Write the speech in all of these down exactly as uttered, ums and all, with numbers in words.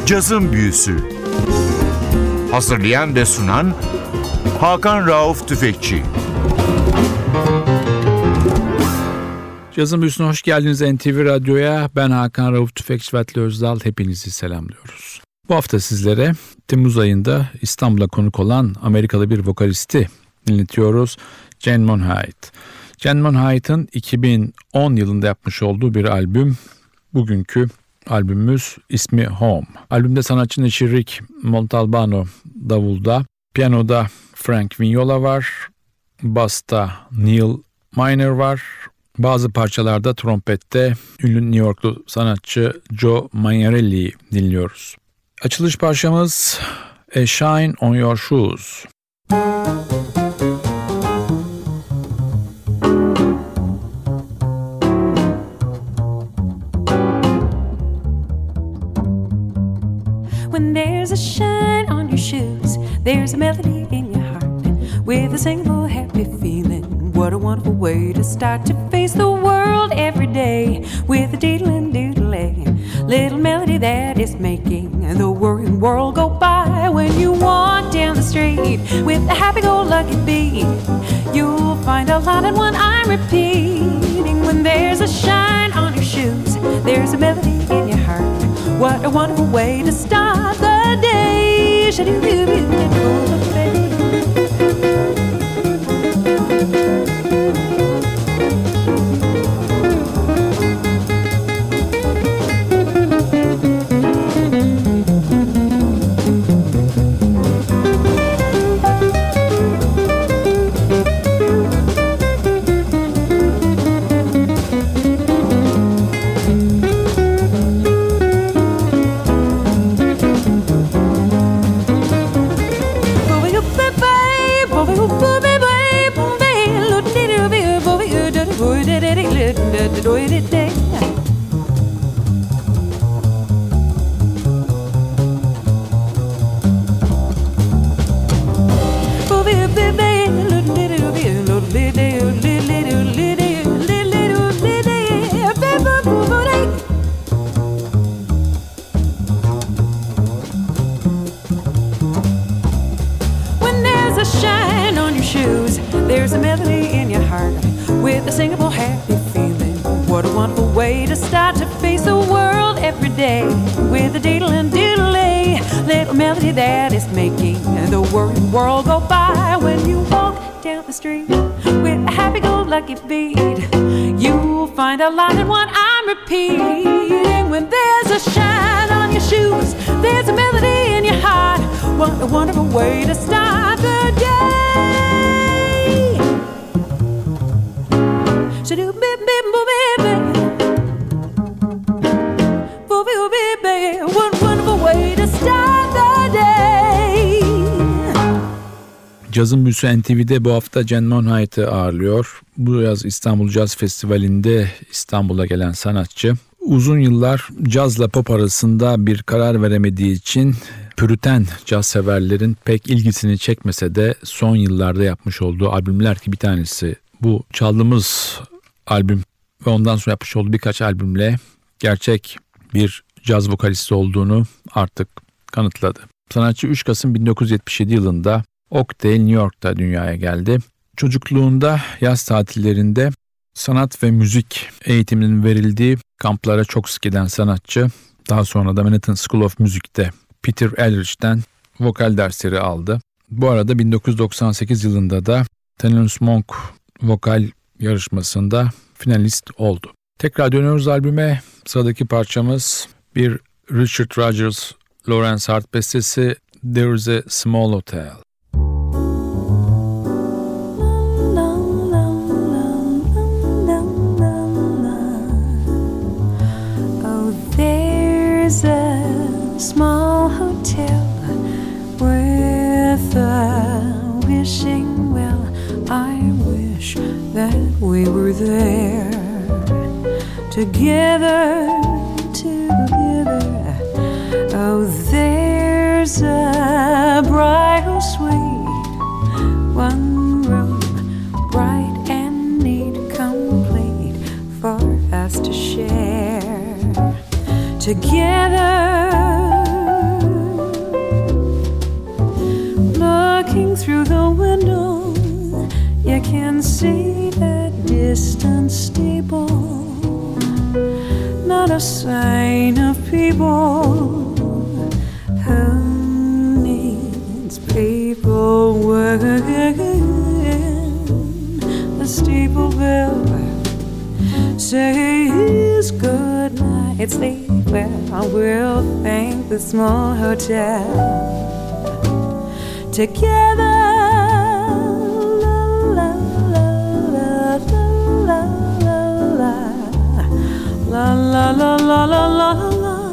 Cazın Büyüsü. Hazırlayan ve sunan Hakan Rauf Tüfekçi. Cazın Büyüsü'ne hoş geldiniz N T V Radyo'ya. Ben Hakan Rauf Tüfekçi ve Atli Özdal. Hepinizi selamlıyoruz. Bu hafta sizlere Temmuz ayında İstanbul'a konuk olan Amerikalı bir vokalisti dinletiyoruz. Jen Monheit. Jen Monheit'ın iki bin on yılında yapmış olduğu bir albüm. Bugünkü albümümüz ismi Home. Albümde sanatçının eşi Rick Montalbano davulda, piyanoda Frank Vignola var, basta Neil Miner var. Bazı parçalarda trompette ünlü New Yorklu sanatçı Joe Magnarelli'yi dinliyoruz. Açılış parçamız A Shine on Your Shoes. When there's a shine on your shoes, there's a melody in your heart with a singable happy feeling. What a wonderful way to start to face the world every day with a diddle-and-doodle-ay, little melody that is making the worrying world go by. When you walk down the street with a happy-go-lucky beat, you'll find a lot in one I'm repeating. When there's a shine on your shoes, there's a melody in your heart. What a wonderful way to start the day. There's a melody in your heart with a singable happy feeling. What a wonderful way to start to face the world every day with a diddle-and-doodle-ay, little melody that is making the worrying world go by. When you walk down the street with a happy-go-lucky beat, you'll find a lot in what I'm repeating. When there's a shine on your shoes, there's a melody in your heart. What a wonderful way to start the day. What a wonderful way to start the day. Cazın Büyüsü N T V'de bu hafta Jen Monheit'ı ağırlıyor. Bu yaz İstanbul Caz Festivali'nde İstanbul'a gelen sanatçı uzun yıllar cazla pop arasında bir karar veremediği için püriten caz severlerin pek ilgisini çekmese de son yıllarda yapmış olduğu albümler ki bir tanesi bu çaldığımız albüm ve ondan sonra yapmış olduğu birkaç albümle gerçek bir caz vokalisti olduğunu artık kanıtladı. Sanatçı üç Kasım bin dokuz yüz yetmiş yedi yılında Oakdale, New York'ta dünyaya geldi. Çocukluğunda yaz tatillerinde sanat ve müzik eğitiminin verildiği kamplara çok sık giden sanatçı, daha sonra da Manhattan School of Music'te Peter Eldridge'den vokal dersleri aldı. Bu arada bin dokuz yüz doksan sekiz yılında da Thelonious Monk vokal yarışmasında finalist oldu. Tekrar dönüyoruz albüme. Sıradaki parçamız bir Richard Rodgers, Lawrence Hart bestesi There's a Small Hotel. Oh, there's a small hotel with a wishing well. I wish that we were there together, together. Oh, there's a bridal suite, one room, bright and neat, complete for us to share together. Looking through the window, you can see a distant steeple. Not a sign of people who needs paperwork. The steeple bell says good night, sleep well. We'll thank the small hotel together. La la la la la la la la la la.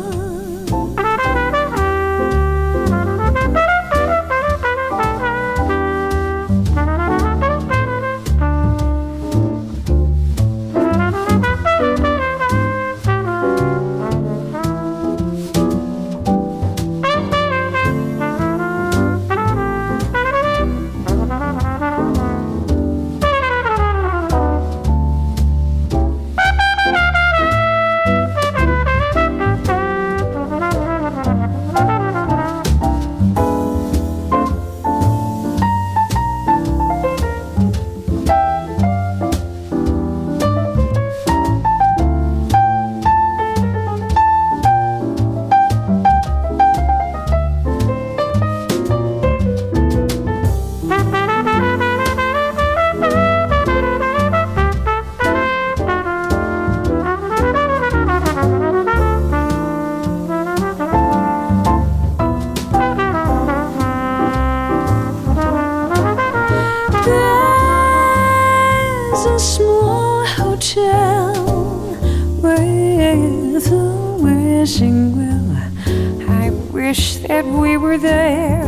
We were there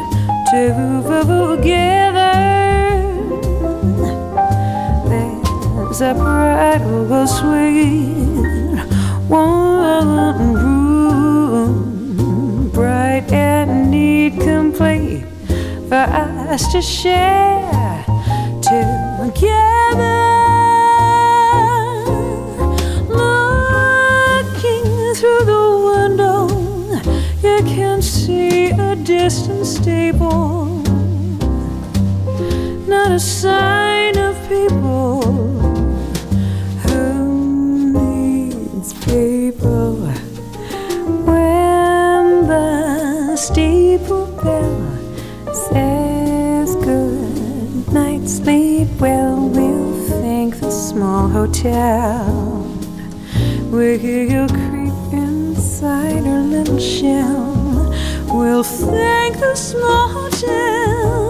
together. There's a bridal suite, one room, bright and neat, complete, for us to share together. Looking through the window, you can see a distant steeple. Not a sign of people who needs people. When the steeple bell says good night, sleep well, we'll thank the small hotel. We'll creep inside our little shell. We'll thank the small hotel.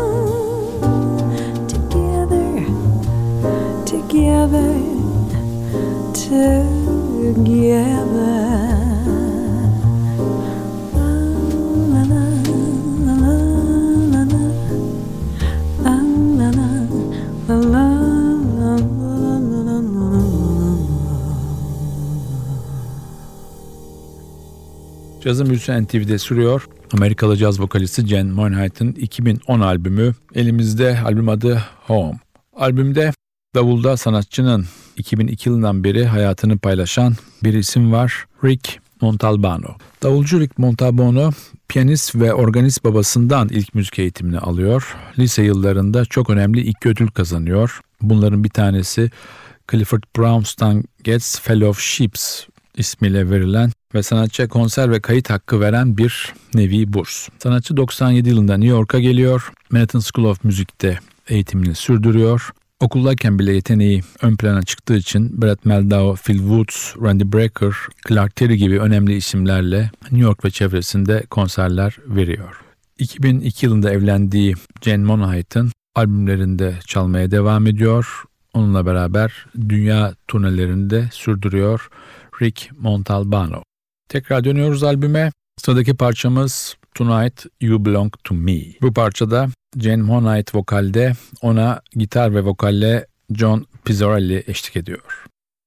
Together, together, together. La, la, la, la, la, la, la, la, la, la, la. Cazın Büyüsü N T V'de sürüyor. Amerikalı caz vokalisti Jen Monheit'in iki bin on albümü. Elimizde albüm adı Home. Albümde davulda sanatçının iki bin iki yılından beri hayatını paylaşan bir isim var. Rick Montalbano. Davulcu Rick Montalbano, piyanist ve organist babasından ilk müzik eğitimini alıyor. Lise yıllarında çok önemli iki ödül kazanıyor. Bunların bir tanesi Clifford Brownstown Getz Fellowships ismiyle verilen ve sanatçıya konser ve kayıt hakkı veren bir nevi burs. Sanatçı doksan yedi yılında New York'a geliyor. Manhattan School of Music'te eğitimini sürdürüyor. Okuldayken bile yeteneği ön plana çıktığı için Brett Meldau, Phil Woods, Randy Brecker, Clark Terry gibi önemli isimlerle New York ve çevresinde konserler veriyor. iki bin iki yılında evlendiği Jen Monheit'in albümlerinde çalmaya devam ediyor. Onunla beraber dünya turnelerinde sürdürüyor Rick Montalbano. Tekrar dönüyoruz albüme. Sıradaki parçamız Tonight You Belong To Me. Bu parçada Jen Monheit vokalde, ona gitar ve vokalle John Pizzarelli eşlik ediyor.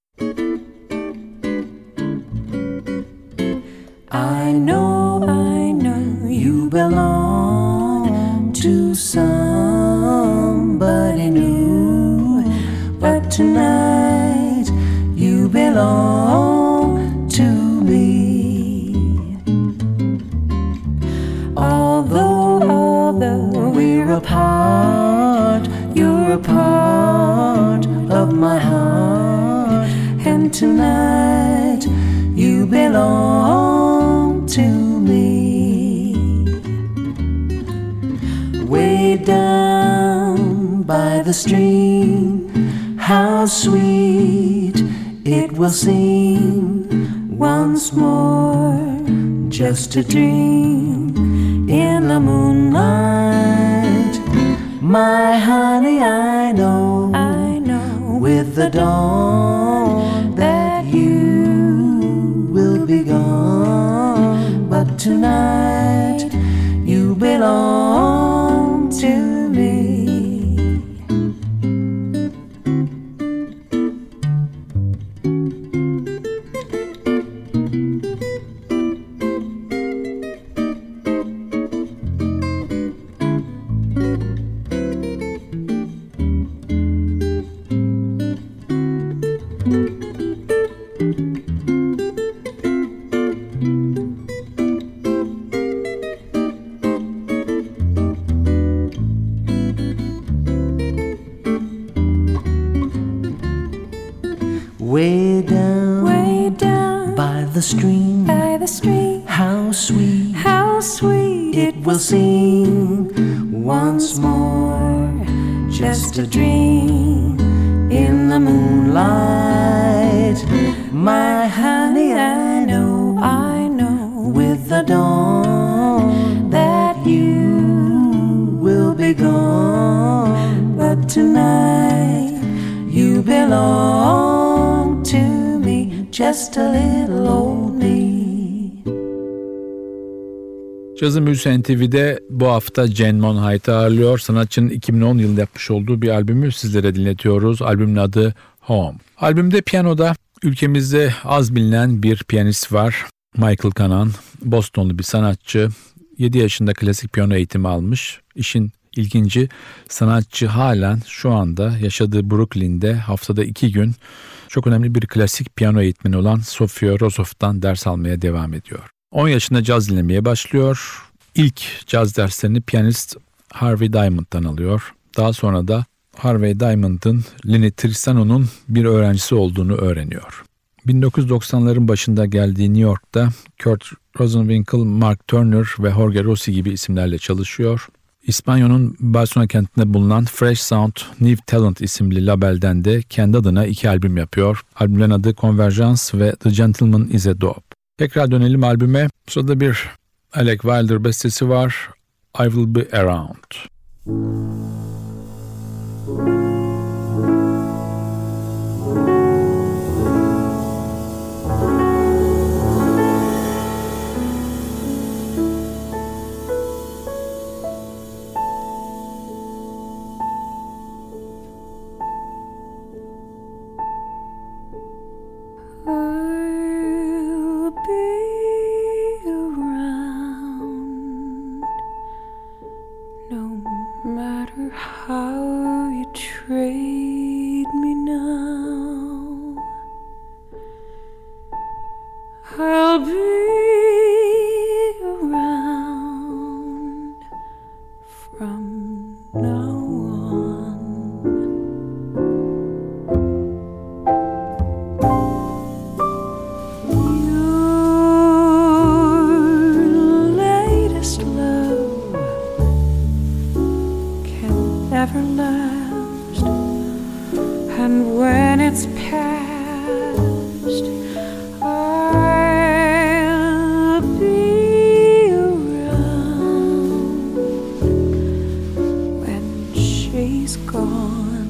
I know, I know you belong to somebody new, but tonight you belong to me. Although, although we're a part, you're a part of my heart. And tonight you belong to me. Way down by the stream, how sweet it will seem once more, just a dream in the moonlight. My honey, I know, I know with the dawn that you will be gone. But tonight you belong to me. Way down, way down by the stream, by the stream, how sweet, how sweet it will seem once more, just a dream in the moonlight. My honey, I know, I know with the dawn that you will be gone. But tonight you belong to me, just a little old me. Cazın Büyüsü N T V'de bu hafta Jen Monheit'i ağırlıyor. Sanatçının iki bin on yılında yapmış olduğu bir albümü sizlere dinletiyoruz. Albümün adı Home. Albümde piyanoda ülkemizde az bilinen bir piyanist var. Michael Kanan, Bostonlu bir sanatçı. yedi yaşında klasik piyano eğitimi almış. İşin ilginci, sanatçı halen şu anda yaşadığı Brooklyn'de haftada iki gün çok önemli bir klasik piyano eğitmeni olan Sofia Rosoff'tan ders almaya devam ediyor. on yaşında caz dinlemeye başlıyor. İlk caz derslerini piyanist Harvey Diamond'dan alıyor. Daha sonra da Harvey Diamond'ın Lenny Tristano'nun bir öğrencisi olduğunu öğreniyor. bin dokuz yüz doksanların başında geldiği New York'ta Kurt Rosenwinkel, Mark Turner ve Jorge Rossi gibi isimlerle çalışıyor. İspanya'nın Barcelona kentinde bulunan Fresh Sound New Talent isimli labelden de kendi adına iki albüm yapıyor. Albümlerin adı Convergence ve The Gentleman is a Dope. Tekrar dönelim albüme. Bu sırada bir Alec Wilder bestesi var. I Will Be Around. I'll be around no matter how you treat me now. I'll be around from now on. Never last, and when it's past, I'll be around when she's gone.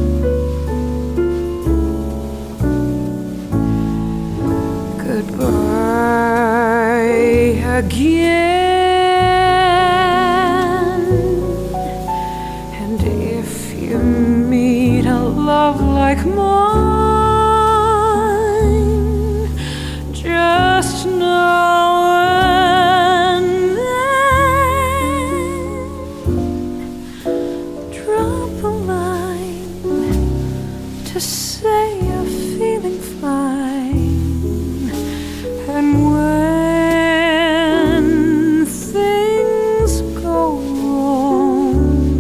Goodbye again. Love like mine, just now and then, drop a line to say you're feeling fine. And when things go wrong,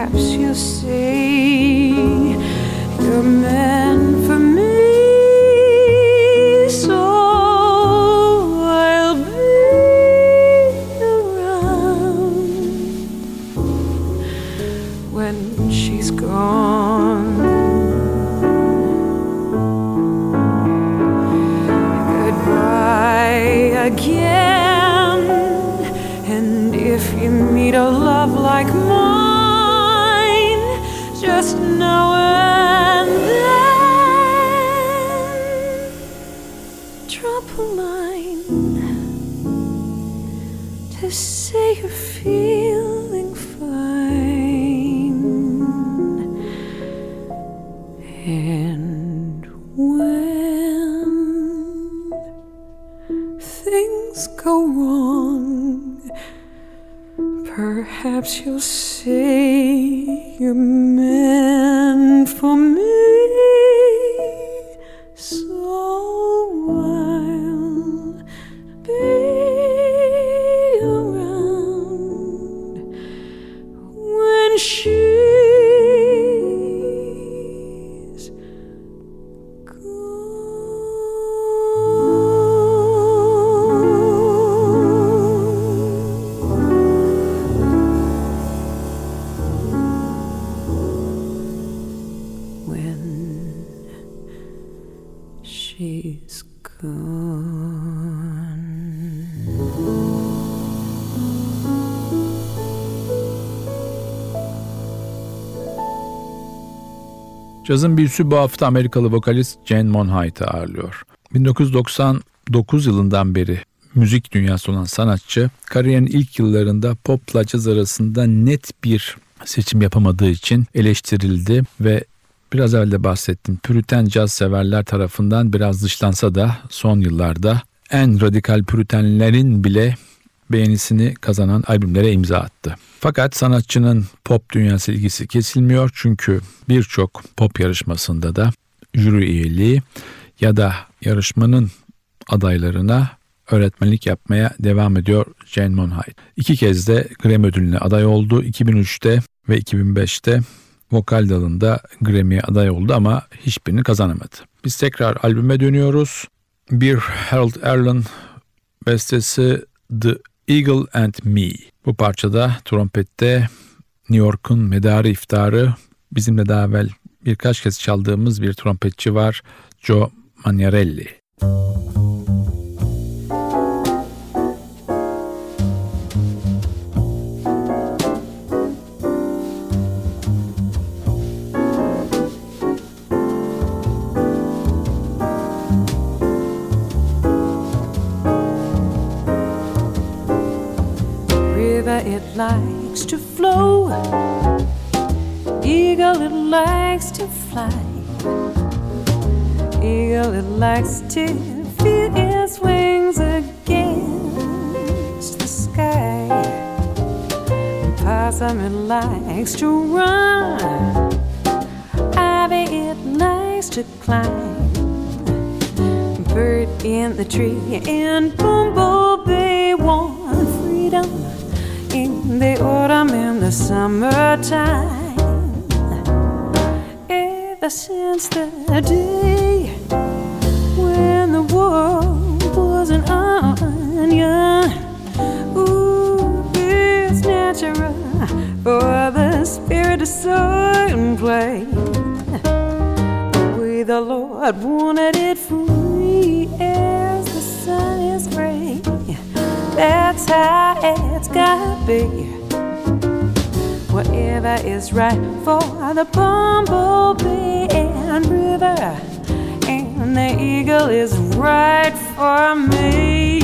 perhaps you'll say you're meant for me. So I'll be around when she's gone. Goodbye again, and if you meet a love like mine, just know and then drop a line to say you're feeling fine. And when things go wrong, perhaps you'll say you're meant for me. So I'll be around when she's she's gone. Cazın büyüsü bu hafta Amerikalı vokalist Jane Monheit'i ağırlıyor. bin dokuz yüz doksan dokuz yılından beri müzik dünyası olan sanatçı, kariyerinin ilk yıllarında popla caz arasında net bir seçim yapamadığı için eleştirildi ve biraz evvel de bahsettim, Püriten caz severler tarafından biraz dışlansa da son yıllarda en radikal Püritenlerin bile beğenisini kazanan albümlere imza attı. Fakat sanatçının pop dünyası ilgisi kesilmiyor, çünkü birçok pop yarışmasında da jüri üyeliği ya da yarışmanın adaylarına öğretmenlik yapmaya devam ediyor Jane Monheit. İki kez de Grammy ödülüne aday oldu. iki bin üçte ve iki bin beşte vokal dalında Grammy'ye aday oldu ama hiçbirini kazanamadı. Biz tekrar albüme dönüyoruz. Bir Harold Arlen bestesi The Eagle and Me. Bu parçada trompette New York'un medarı iftarı, bizimle daha evvel birkaç kez çaldığımız bir trompetçi var, Joe Magnarelli. It likes to flow, eagle it likes to fly, eagle it likes to feel its wings against the sky, possum it likes to run, ivy it likes to climb, bird in the tree and bumblebee want freedom in the autumn and the summertime. Ever since the day when the world was an onion, ooh, it's natural for the spirit to soar and play the way the Lord wanted it free as the sun is gray. That's how it's gotta be. Whatever is right for the bumblebee and river, and the eagle is right for me.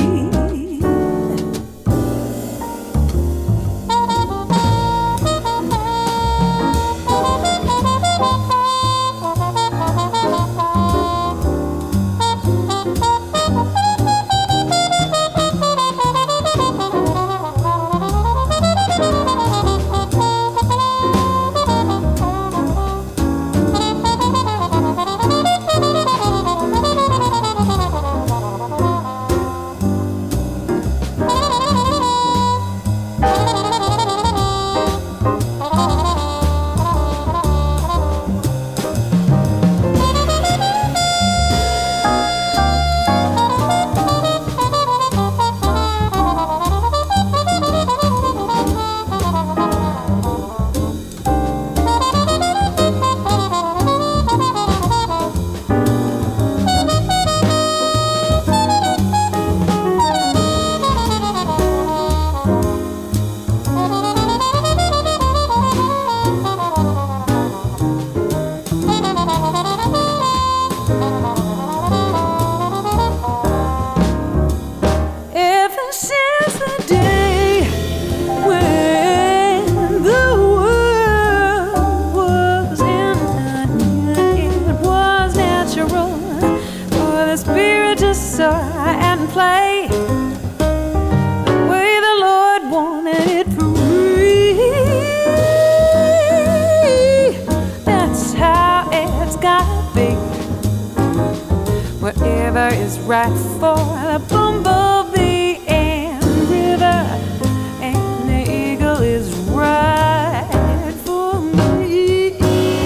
is right for the bumblebee and river, and the eagle is right for me.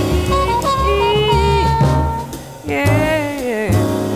Yeah.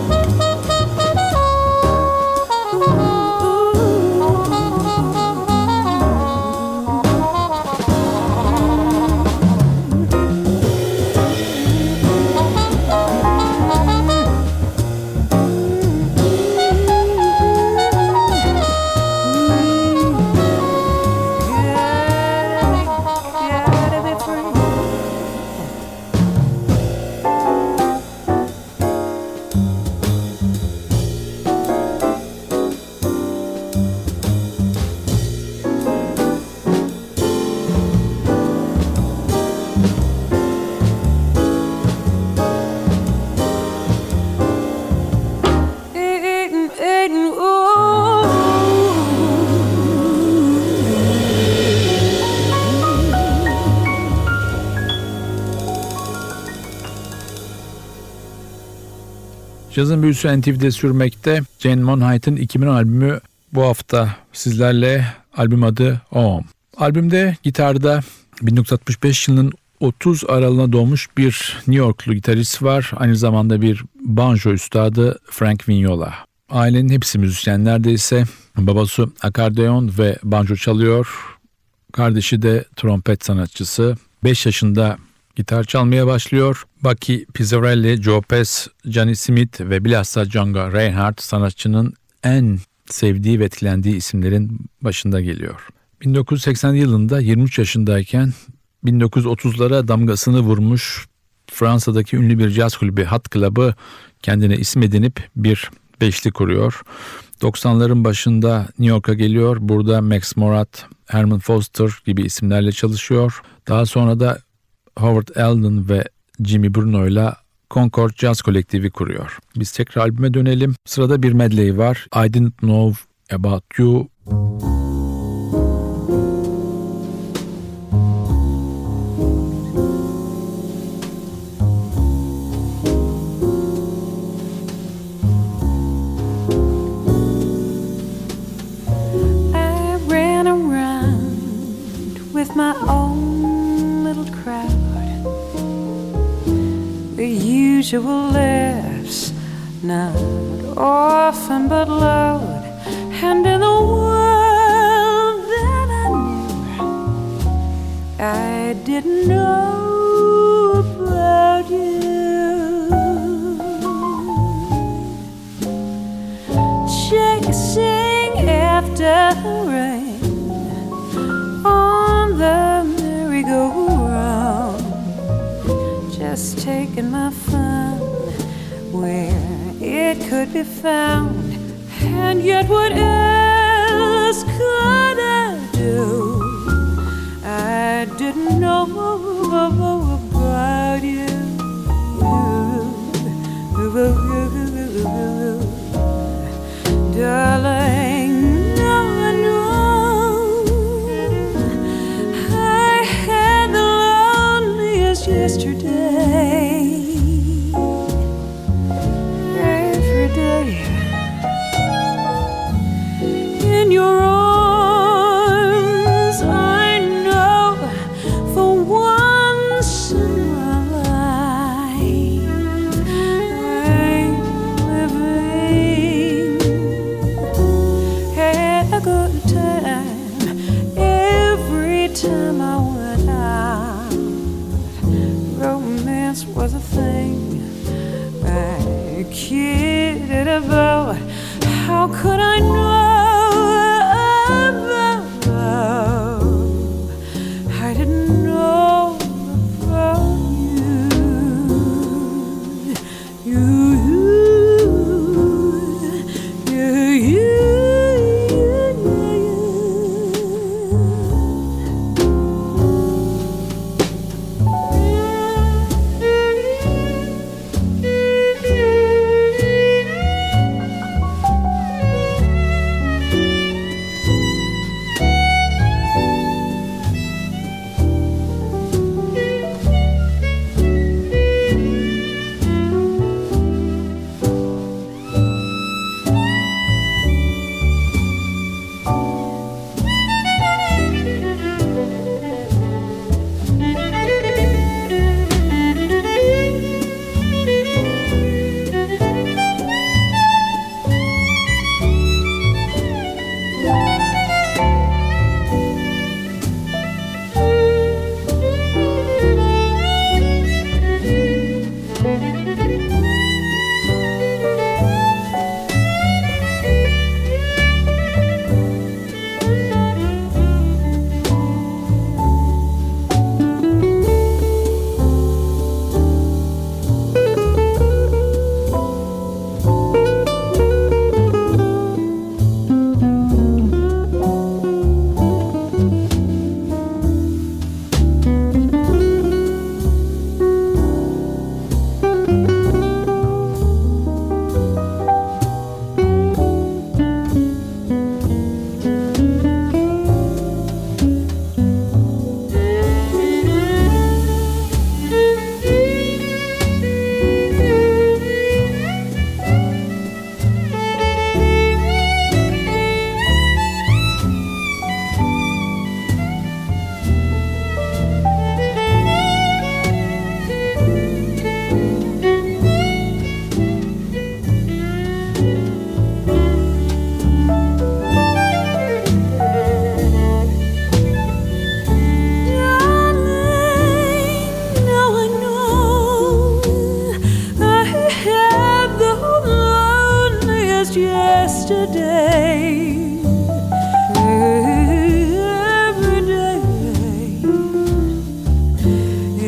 Cazın büyüsü N T V'de sürmekte. Jane Monheit'in iki bin on albümü bu hafta sizlerle. Albüm adı Home. Albümde gitarda bin dokuz yüz altmış beş yılının otuz Aralığına doğmuş bir New Yorklu gitarist var. Aynı zamanda bir banjo üstadı Frank Vignola. Ailenin hepsi müzisyen neredeyse. Babası akordeon ve banjo çalıyor. Kardeşi de trompet sanatçısı. beş yaşında gitar çalmaya başlıyor. Bucky Pizzarelli, Joe Pass, Johnny Smith ve bilhassa Django Reinhardt sanatçının en sevdiği ve etkilendiği isimlerin başında geliyor. bin dokuz yüz seksen yılında yirmi üç yaşındayken bin dokuz yüz otuzlara damgasını vurmuş Fransa'daki ünlü bir caz kulübü Hot Club'ı kendine isim edinip bir beşli kuruyor. doksanların başında New York'a geliyor. Burada Max Morat, Herman Foster gibi isimlerle çalışıyor. Daha sonra da Howard Alden ve Jimmy Bruno ile Concord Jazz Kolektifi kuruyor. Biz tekrar albüme dönelim. Sırada bir medley var. I Didn't Know About You. I ran around with my own little crowd. The usual laughs, not often but loud, and in the world that I knew, I didn't know about you. Chasing after the rain on the merry-go-round, just taking my fun where it could be found, and yet what else could I do? I didn't know about you. Darling, no, no, I had the loneliest yesterday. Every day in your arms, I know for once in my life I'm living. Had a good time every time I went out. Romance was a thing I kidded about. How could I know about love? I didn't know about you. You, you, you, you, you.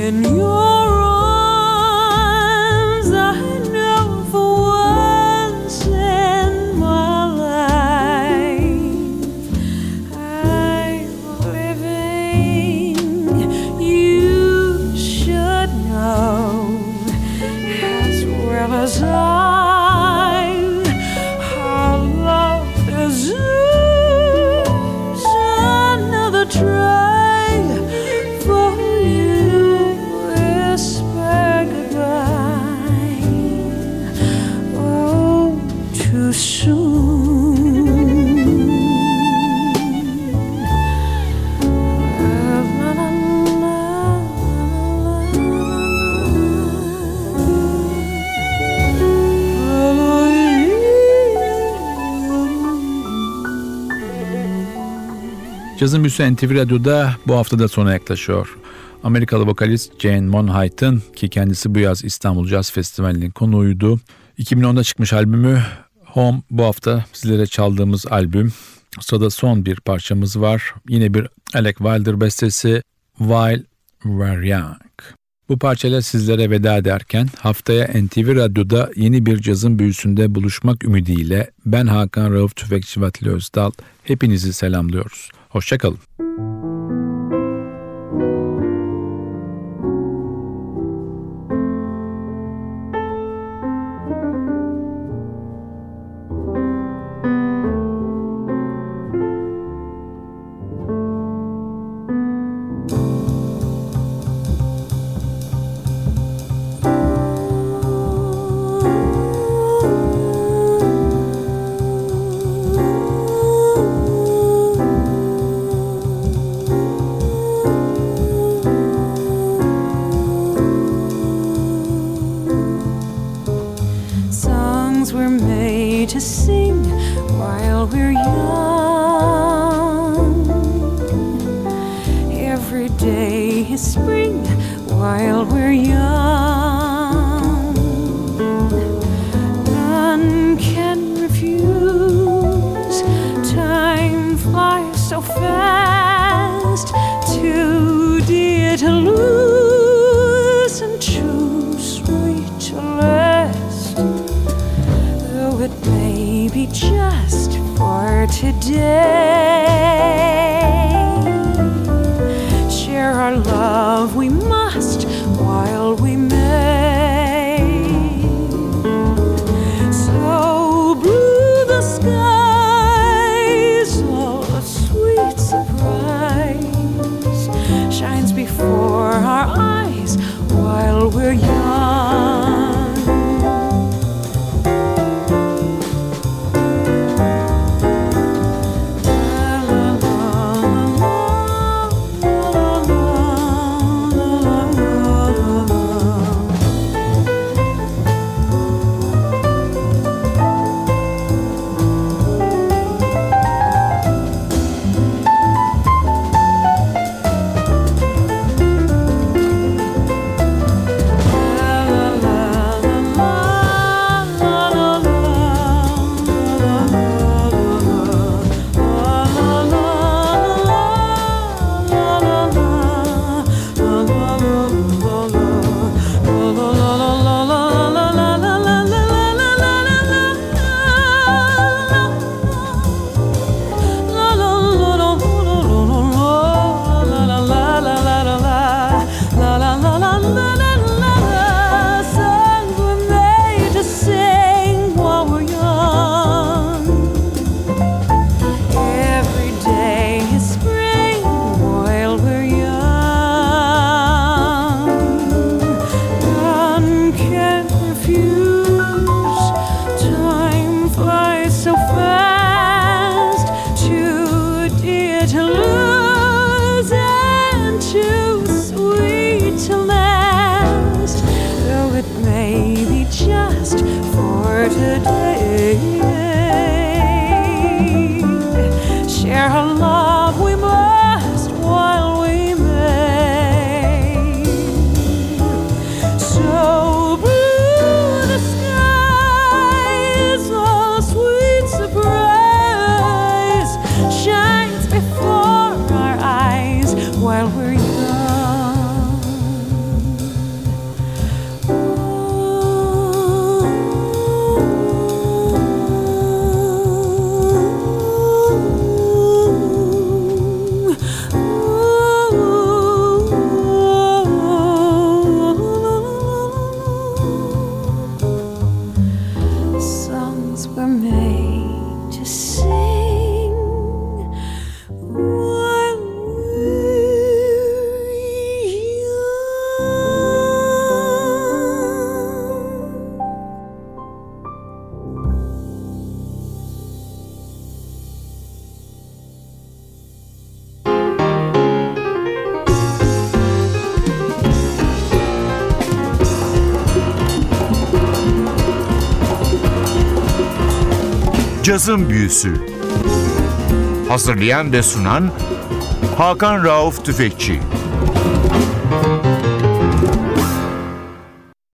in your arms. I know for once in my life I'm living. You should know as well as I. Try for you, whisper goodbye. Oh, too soon. La, la, la, la, Cazın Büyüsü N T V Radyo'da bu hafta da sona yaklaşıyor. Amerikalı vokalist Jane Monheit'ın, ki kendisi bu yaz İstanbul Jazz Festivali'nin konuğuydu, iki bin onda çıkmış albümü Home bu hafta sizlere çaldığımız albüm. Sırada son bir parçamız var. Yine bir Alec Wilder bestesi, While We're Young. Bu parçayla sizlere veda ederken haftaya N T V Radyo'da yeni bir cazın büyüsünde buluşmak ümidiyle ben Hakan Rauf Tüfekçi ve Atilla Özdal hepinizi selamlıyoruz. Hoşçakalın. To sing while we're young. Every day is spring while we're young. None can refuse. Time flies so fast, too dear to lose and too sweet to last. Though it may be just for today, share our love we must while we may. So blue the skies, all a sweet surprise shines before our eyes while we're young. Cazın Büyüsü. Hazırlayan ve sunan Hakan Rauf Tüfekçi.